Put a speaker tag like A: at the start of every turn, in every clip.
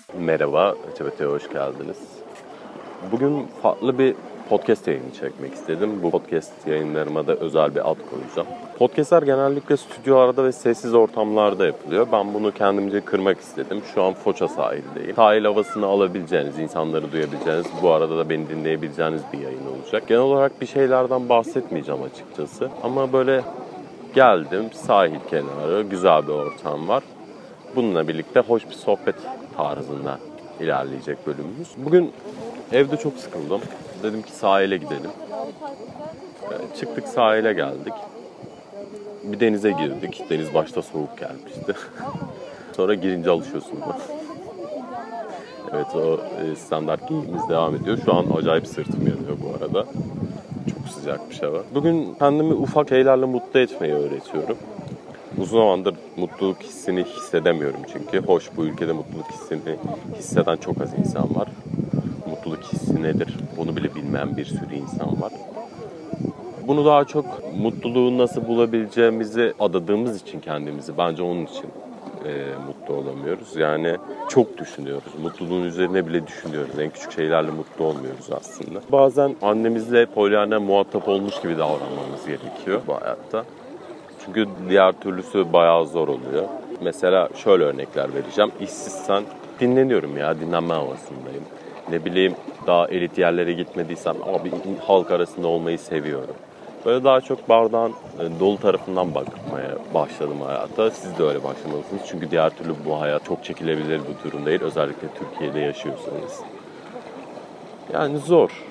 A: Merhaba, TBT'ye hoş geldiniz. Bugün farklı bir podcast yayını çekmek istedim. Bu podcast yayınlarıma da özel bir ad koyacağım. Podcastler genellikle stüdyolarda ve sessiz ortamlarda yapılıyor. Ben bunu kendimce kırmak istedim. Şu an Foça sahildeyim. Sahil havasını alabileceğiniz, insanları duyabileceğiniz, bu arada da beni dinleyebileceğiniz bir yayın olacak. Genel olarak bir şeylerden bahsetmeyeceğim açıkçası. Ama böyle geldim, sahil kenarı, güzel bir ortam var. Bununla birlikte hoş bir sohbet tarzında ilerleyecek bölümümüz. Bugün evde çok sıkıldım. Dedim ki sahile gidelim. Çıktık, sahile geldik. Bir denize girdik. Deniz başta soğuk gelmişti. Sonra girince alışıyorsun buna. Evet, o standart giyimimiz devam ediyor. Şu an acayip sırtım yanıyor bu arada. Çok sıcak bir şey var. Bugün kendimi ufak şeylerle mutlu etmeyi öğretiyorum. Uzun zamandır mutluluk hissini hissedemiyorum çünkü. Hoş, bu ülkede mutluluk hissini hisseden çok az insan var. Mutluluk hissi nedir? Bunu bile bilmeyen bir sürü insan var. Bunu daha çok mutluluğu nasıl bulabileceğimizi adadığımız için kendimizi, bence onun için mutlu olamıyoruz. Yani çok düşünüyoruz. Mutluluğun üzerine bile düşünüyoruz. En küçük şeylerle mutlu olmuyoruz aslında. Bazen annemizle Pollyanna muhatap olmuş gibi davranmamız gerekiyor bu hayatta. Çünkü diğer türlüsü bayağı zor oluyor. Mesela şöyle örnekler vereceğim. İşsizsen dinleniyorum ya, dinlenme havasındayım. Ne bileyim, daha elit yerlere gitmediysem abi halk arasında olmayı seviyorum. Böyle daha çok bardağın dolu tarafından bakmaya başladım hayata. Siz de öyle başlamalısınız. Çünkü diğer türlü bu hayat çok çekilebilir bir durum değil. Özellikle Türkiye'de yaşıyorsanız. Yani zor.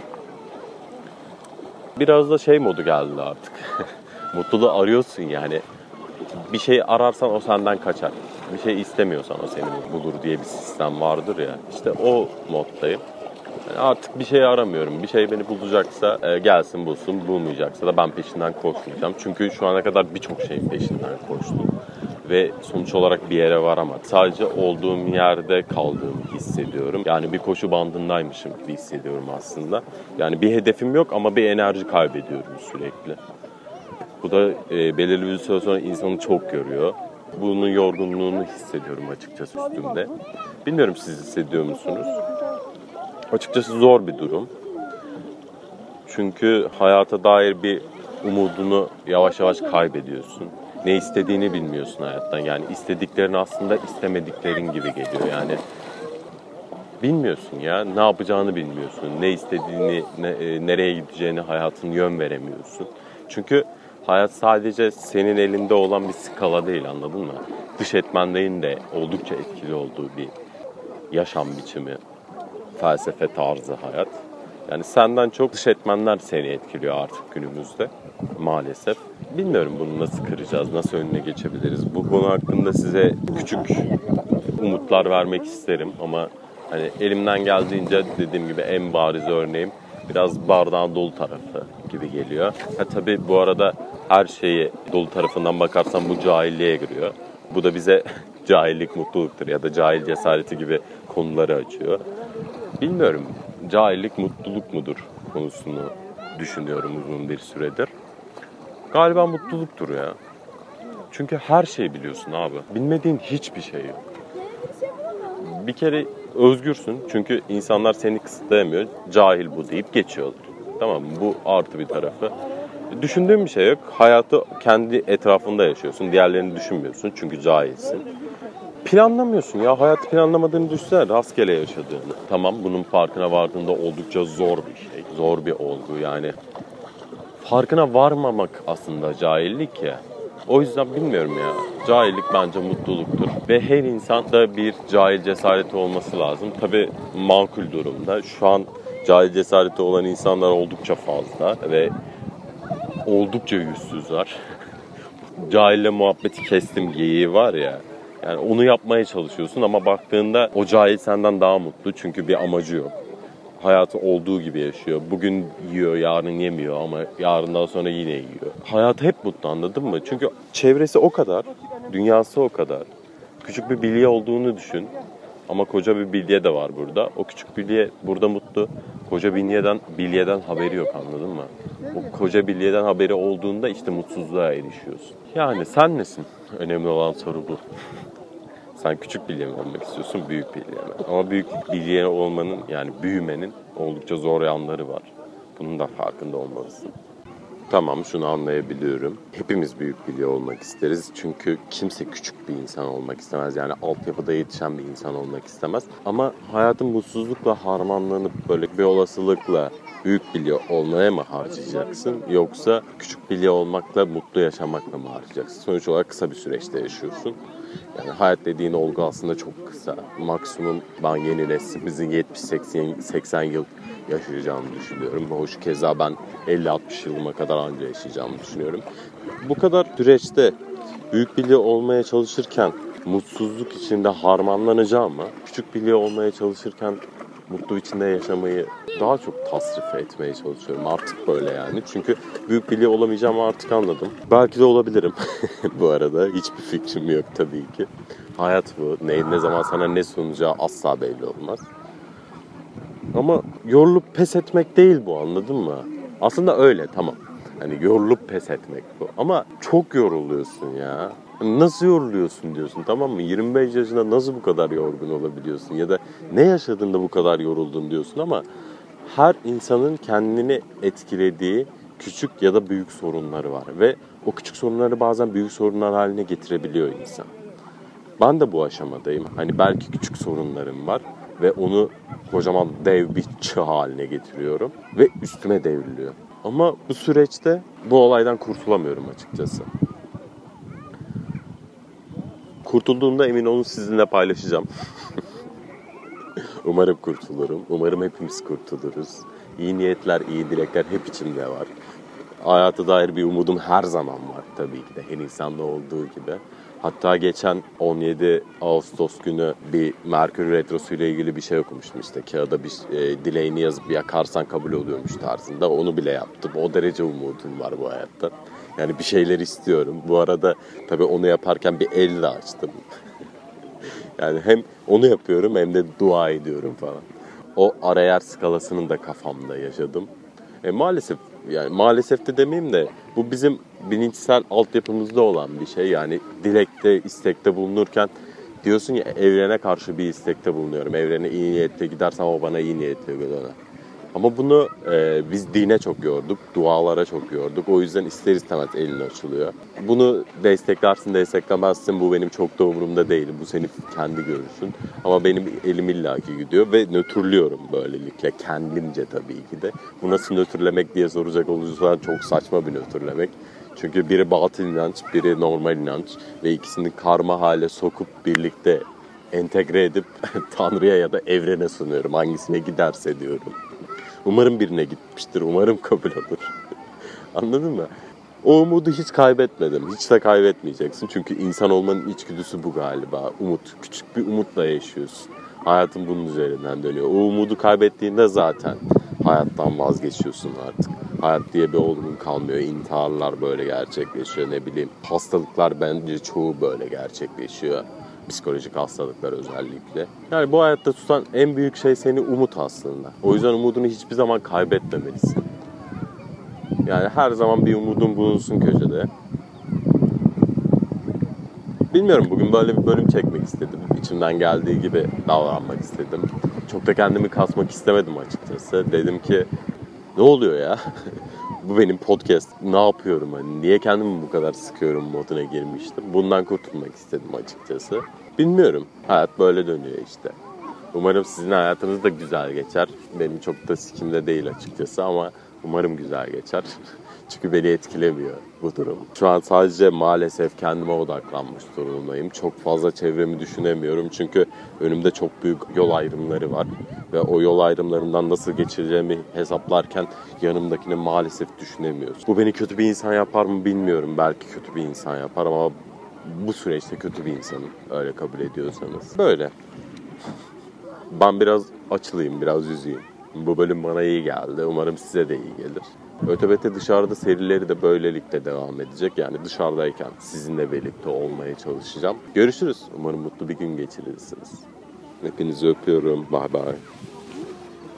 A: Biraz da şey modu geldi artık. Mutluluğu arıyorsun yani. Bir şey ararsan o senden kaçar. Bir şey istemiyorsan o seni bulur diye bir sistem vardır ya. İşte o moddayım. Yani artık bir şey aramıyorum. Bir şey beni bulacaksa gelsin bulsun. Bulmayacaksa da ben peşinden koşmayacağım. Çünkü şu ana kadar birçok şeyin peşinden koştum. Ve sonuç olarak bir yere varamadım. Sadece olduğum yerde kaldığımı hissediyorum. Yani bir koşu bandındaymışım gibi hissediyorum aslında. Yani bir hedefim yok ama bir enerji kaybediyorum sürekli. Bu da belirli bir süre sonra insanı çok yoruyor. Bunun yorgunluğunu hissediyorum açıkçası üstümde. Bilmiyorum, siz hissediyor musunuz? Açıkçası zor bir durum. Çünkü hayata dair bir umudunu yavaş yavaş kaybediyorsun. Ne istediğini bilmiyorsun hayattan. Yani istediklerin aslında istemediklerin gibi geliyor. Yani bilmiyorsun ya, ne yapacağını bilmiyorsun. Ne istediğini, nereye gideceğini, hayatın yön veremiyorsun. Çünkü hayat sadece senin elinde olan bir skala değil, anladın mı? Dış etmenlerin de oldukça etkili olduğu bir yaşam biçimi, felsefe tarzı hayat. Yani senden çok dış etmenler seni etkiliyor artık günümüzde maalesef. Bilmiyorum bunu nasıl kıracağız, nasıl önüne geçebiliriz. Bu konu hakkında size küçük umutlar vermek isterim ama hani elimden geldiğince, dediğim gibi en bariz örneğim biraz bardağın dolu tarafı gibi geliyor. Tabii bu arada her şeyi dolu tarafından bakarsan bu cahilliğe giriyor. Bu da bize cahillik mutluluktur ya da cahil cesareti gibi konuları açıyor. Bilmiyorum, cahillik mutluluk mudur konusunu düşünüyorum uzun bir süredir. Galiba mutluluktur ya. Çünkü her şeyi biliyorsun abi. Bilmediğin hiçbir şey yok. Bir kere özgürsün çünkü insanlar seni kısıtlayamıyor. Cahil bu deyip geçiyorlar. Tamam mı? Bu artı bir tarafı. Düşündüğün bir şey yok. Hayatı kendi etrafında yaşıyorsun. Diğerlerini düşünmüyorsun çünkü cahilsin. Planlamıyorsun ya. Hayatı planlamadığını düşünsene, rastgele yaşadığını. Tamam, bunun farkına vardığında oldukça zor bir şey. Zor bir olgu yani. Farkına varmamak aslında cahillik ya. O yüzden bilmiyorum ya. Cahillik bence mutluluktur. Ve her insanda bir cahil cesareti olması lazım. Tabii makul durumda. Şu an cahil cesareti olan insanlar oldukça fazla ve oldukça yüzsüzler. Cahille muhabbeti kestim geyiği var ya. Yani onu yapmaya çalışıyorsun ama baktığında o cahil senden daha mutlu çünkü bir amacı yok. Hayatı olduğu gibi yaşıyor. Bugün yiyor, yarın yemiyor ama yarından sonra yine yiyor. Hayatı hep mutlu, anladın mı? Çünkü çevresi o kadar, dünyası o kadar. Küçük bir bilye olduğunu düşün. Ama koca bir bilye de var burada. O küçük bilye burada mutlu. Koca bilyeden haberi yok, anladın mı? O koca bilyeden haberi olduğunda işte mutsuzluğa erişiyorsun. Yani sen nesin? Önemli olan soru bu. Sen küçük bilye mi olmak istiyorsun, büyük bilye mi? Ama büyük bilye olmanın, yani büyümenin oldukça zor yanları var. Bunun da farkında olmalısın. Tamam, şunu anlayabiliyorum. Hepimiz büyük bilye olmak isteriz. Çünkü kimse küçük bir insan olmak istemez. Yani altyapıda yetişen bir insan olmak istemez. Ama hayatın mutsuzlukla harmanlanıp böyle bir olasılıkla büyük bilye olmaya mı harcayacaksın? Yoksa küçük bilye olmakla mutlu yaşamakla mı harcayacaksın? Sonuç olarak kısa bir süreçte yaşıyorsun. Yani hayat dediğin olgu aslında çok kısa. Maksimum ben yeni neslimizin 70-80 yıl yaşayacağımı düşünüyorum. Hoş keza ben 50-60 yılıma kadar anca yaşayacağımı düşünüyorum. Bu kadar süreçte büyük bilye olmaya çalışırken mutsuzluk içinde harmanlanacağım ama küçük bilye olmaya çalışırken mutlu içinde yaşamayı daha çok tasrif etmeye çalışıyorum. Artık böyle yani. Çünkü büyük bilye olamayacağımı artık anladım. Belki de olabilirim. Bu arada hiçbir fikrim yok tabii ki. Hayat bu. Ne zaman sana ne sunacağı asla belli olmaz. Ama yorulup pes etmek değil bu, anladın mı? Aslında öyle, tamam. Hani yorulup pes etmek bu. Ama çok yoruluyorsun ya. Nasıl yoruluyorsun diyorsun, tamam mı? 25 yaşında nasıl bu kadar yorgun olabiliyorsun? Ya da ne yaşadığında bu kadar yoruldun diyorsun ama her insanın kendini etkilediği küçük ya da büyük sorunları var. Ve o küçük sorunları bazen büyük sorunlar haline getirebiliyor insan. Ben de bu aşamadayım. Hani belki küçük sorunlarım var ve onu kocaman dev bir çığ haline getiriyorum ve üstüme devriliyor. Ama bu süreçte bu olaydan kurtulamıyorum açıkçası. Kurtulduğumda emin olun sizinle paylaşacağım. Umarım kurtulurum. Umarım hepimiz kurtuluruz. İyi niyetler, iyi dilekler hep içimde var. Hayata dair bir umudum her zaman var tabii ki de, her insanda olduğu gibi. Hatta geçen 17 Ağustos günü bir Merkür Retrosu ile ilgili bir şey okumuştum işte. Kağıda bir dileğini yazıp yakarsan kabul oluyormuş tarzında. Onu bile yaptım. O derece umudum var bu hayatta. Yani bir şeyler istiyorum. Bu arada tabii onu yaparken bir el de açtım. Yani hem onu yapıyorum hem de dua ediyorum falan. O Arayer skalasının da kafamda yaşadım. Maalesef, yani maalesef de demeyeyim de bu bizim bilinçsel altyapımızda olan bir şey. Yani dilekte, istekte bulunurken diyorsun ya, evrene karşı bir istekte bulunuyorum. Evrene iyi niyetle gidersem o bana iyi niyetle döner. Ama bunu biz dine çok yorduk, dualara çok yorduk. O yüzden ister istemez elin açılıyor. Bunu desteklersin, desteklemezsin. Bu benim çok da umurumda değil. Bu senin kendi görüşün. Ama benim elim illaki gidiyor ve nötrlüyorum böylelikle. Kendimce tabii ki de. Bu nasıl nötrlemek diye soracak olursan çok saçma bir nötrlemek. Çünkü biri batıl inanç, biri normal inanç. Ve ikisini karma hale sokup birlikte entegre edip Tanrı'ya ya da evrene sunuyorum. Hangisine giderse diyorum. Umarım birine gitmiştir. Umarım kabul olur. Anladın mı? O umudu hiç kaybetmedim. Hiç de kaybetmeyeceksin. Çünkü insan olmanın içgüdüsü bu galiba. Umut. Küçük bir umutla yaşıyorsun. Hayatın bunun üzerinden dönüyor. O umudu kaybettiğinde zaten hayattan vazgeçiyorsun artık. Hayat diye bir olgun kalmıyor. İntiharlar böyle gerçekleşiyor. Ne bileyim, hastalıklar bence çoğu böyle gerçekleşiyor. Psikolojik hastalıklar özellikle. Yani bu hayatta tutan en büyük şey seni umut aslında. O yüzden umudunu hiçbir zaman kaybetmemelisin. Yani her zaman bir umudun bulunsun köşede. Bilmiyorum, bugün böyle bir bölüm çekmek istedim. İçimden geldiği gibi davranmak istedim. Çok da kendimi kasmak istemedim açıkçası. Dedim ki ne oluyor ya? Bu benim podcast. Ne yapıyorum? Hani niye kendimi bu kadar sıkıyorum moduna girmiştim. Bundan kurtulmak istedim açıkçası. Bilmiyorum. Hayat böyle dönüyor işte. Umarım sizin hayatınız da güzel geçer. Benim çok da sikimde değil açıkçası ama umarım güzel geçer. Çünkü beni etkilemiyor bu durum. Şu an sadece maalesef kendime odaklanmış durumdayım. Çok fazla çevremi düşünemiyorum. Çünkü önümde çok büyük yol ayrımları var. Ve o yol ayrımlarından nasıl geçireceğimi hesaplarken yanımdakini maalesef düşünemiyorum. Bu beni kötü bir insan yapar mı bilmiyorum. Belki kötü bir insan yapar ama bu süreçte kötü bir insanım. Öyle kabul ediyorsanız. Böyle. Ben biraz açılayım, biraz yüzeyim. Bu bölüm bana iyi geldi. Umarım size de iyi gelir. ÖTBT dışarıda serileri de böylelikle devam edecek. Yani dışarıdayken sizinle birlikte olmaya çalışacağım. Görüşürüz. Umarım mutlu bir gün geçirirsiniz. Hepinizi öpüyorum. Bye bye.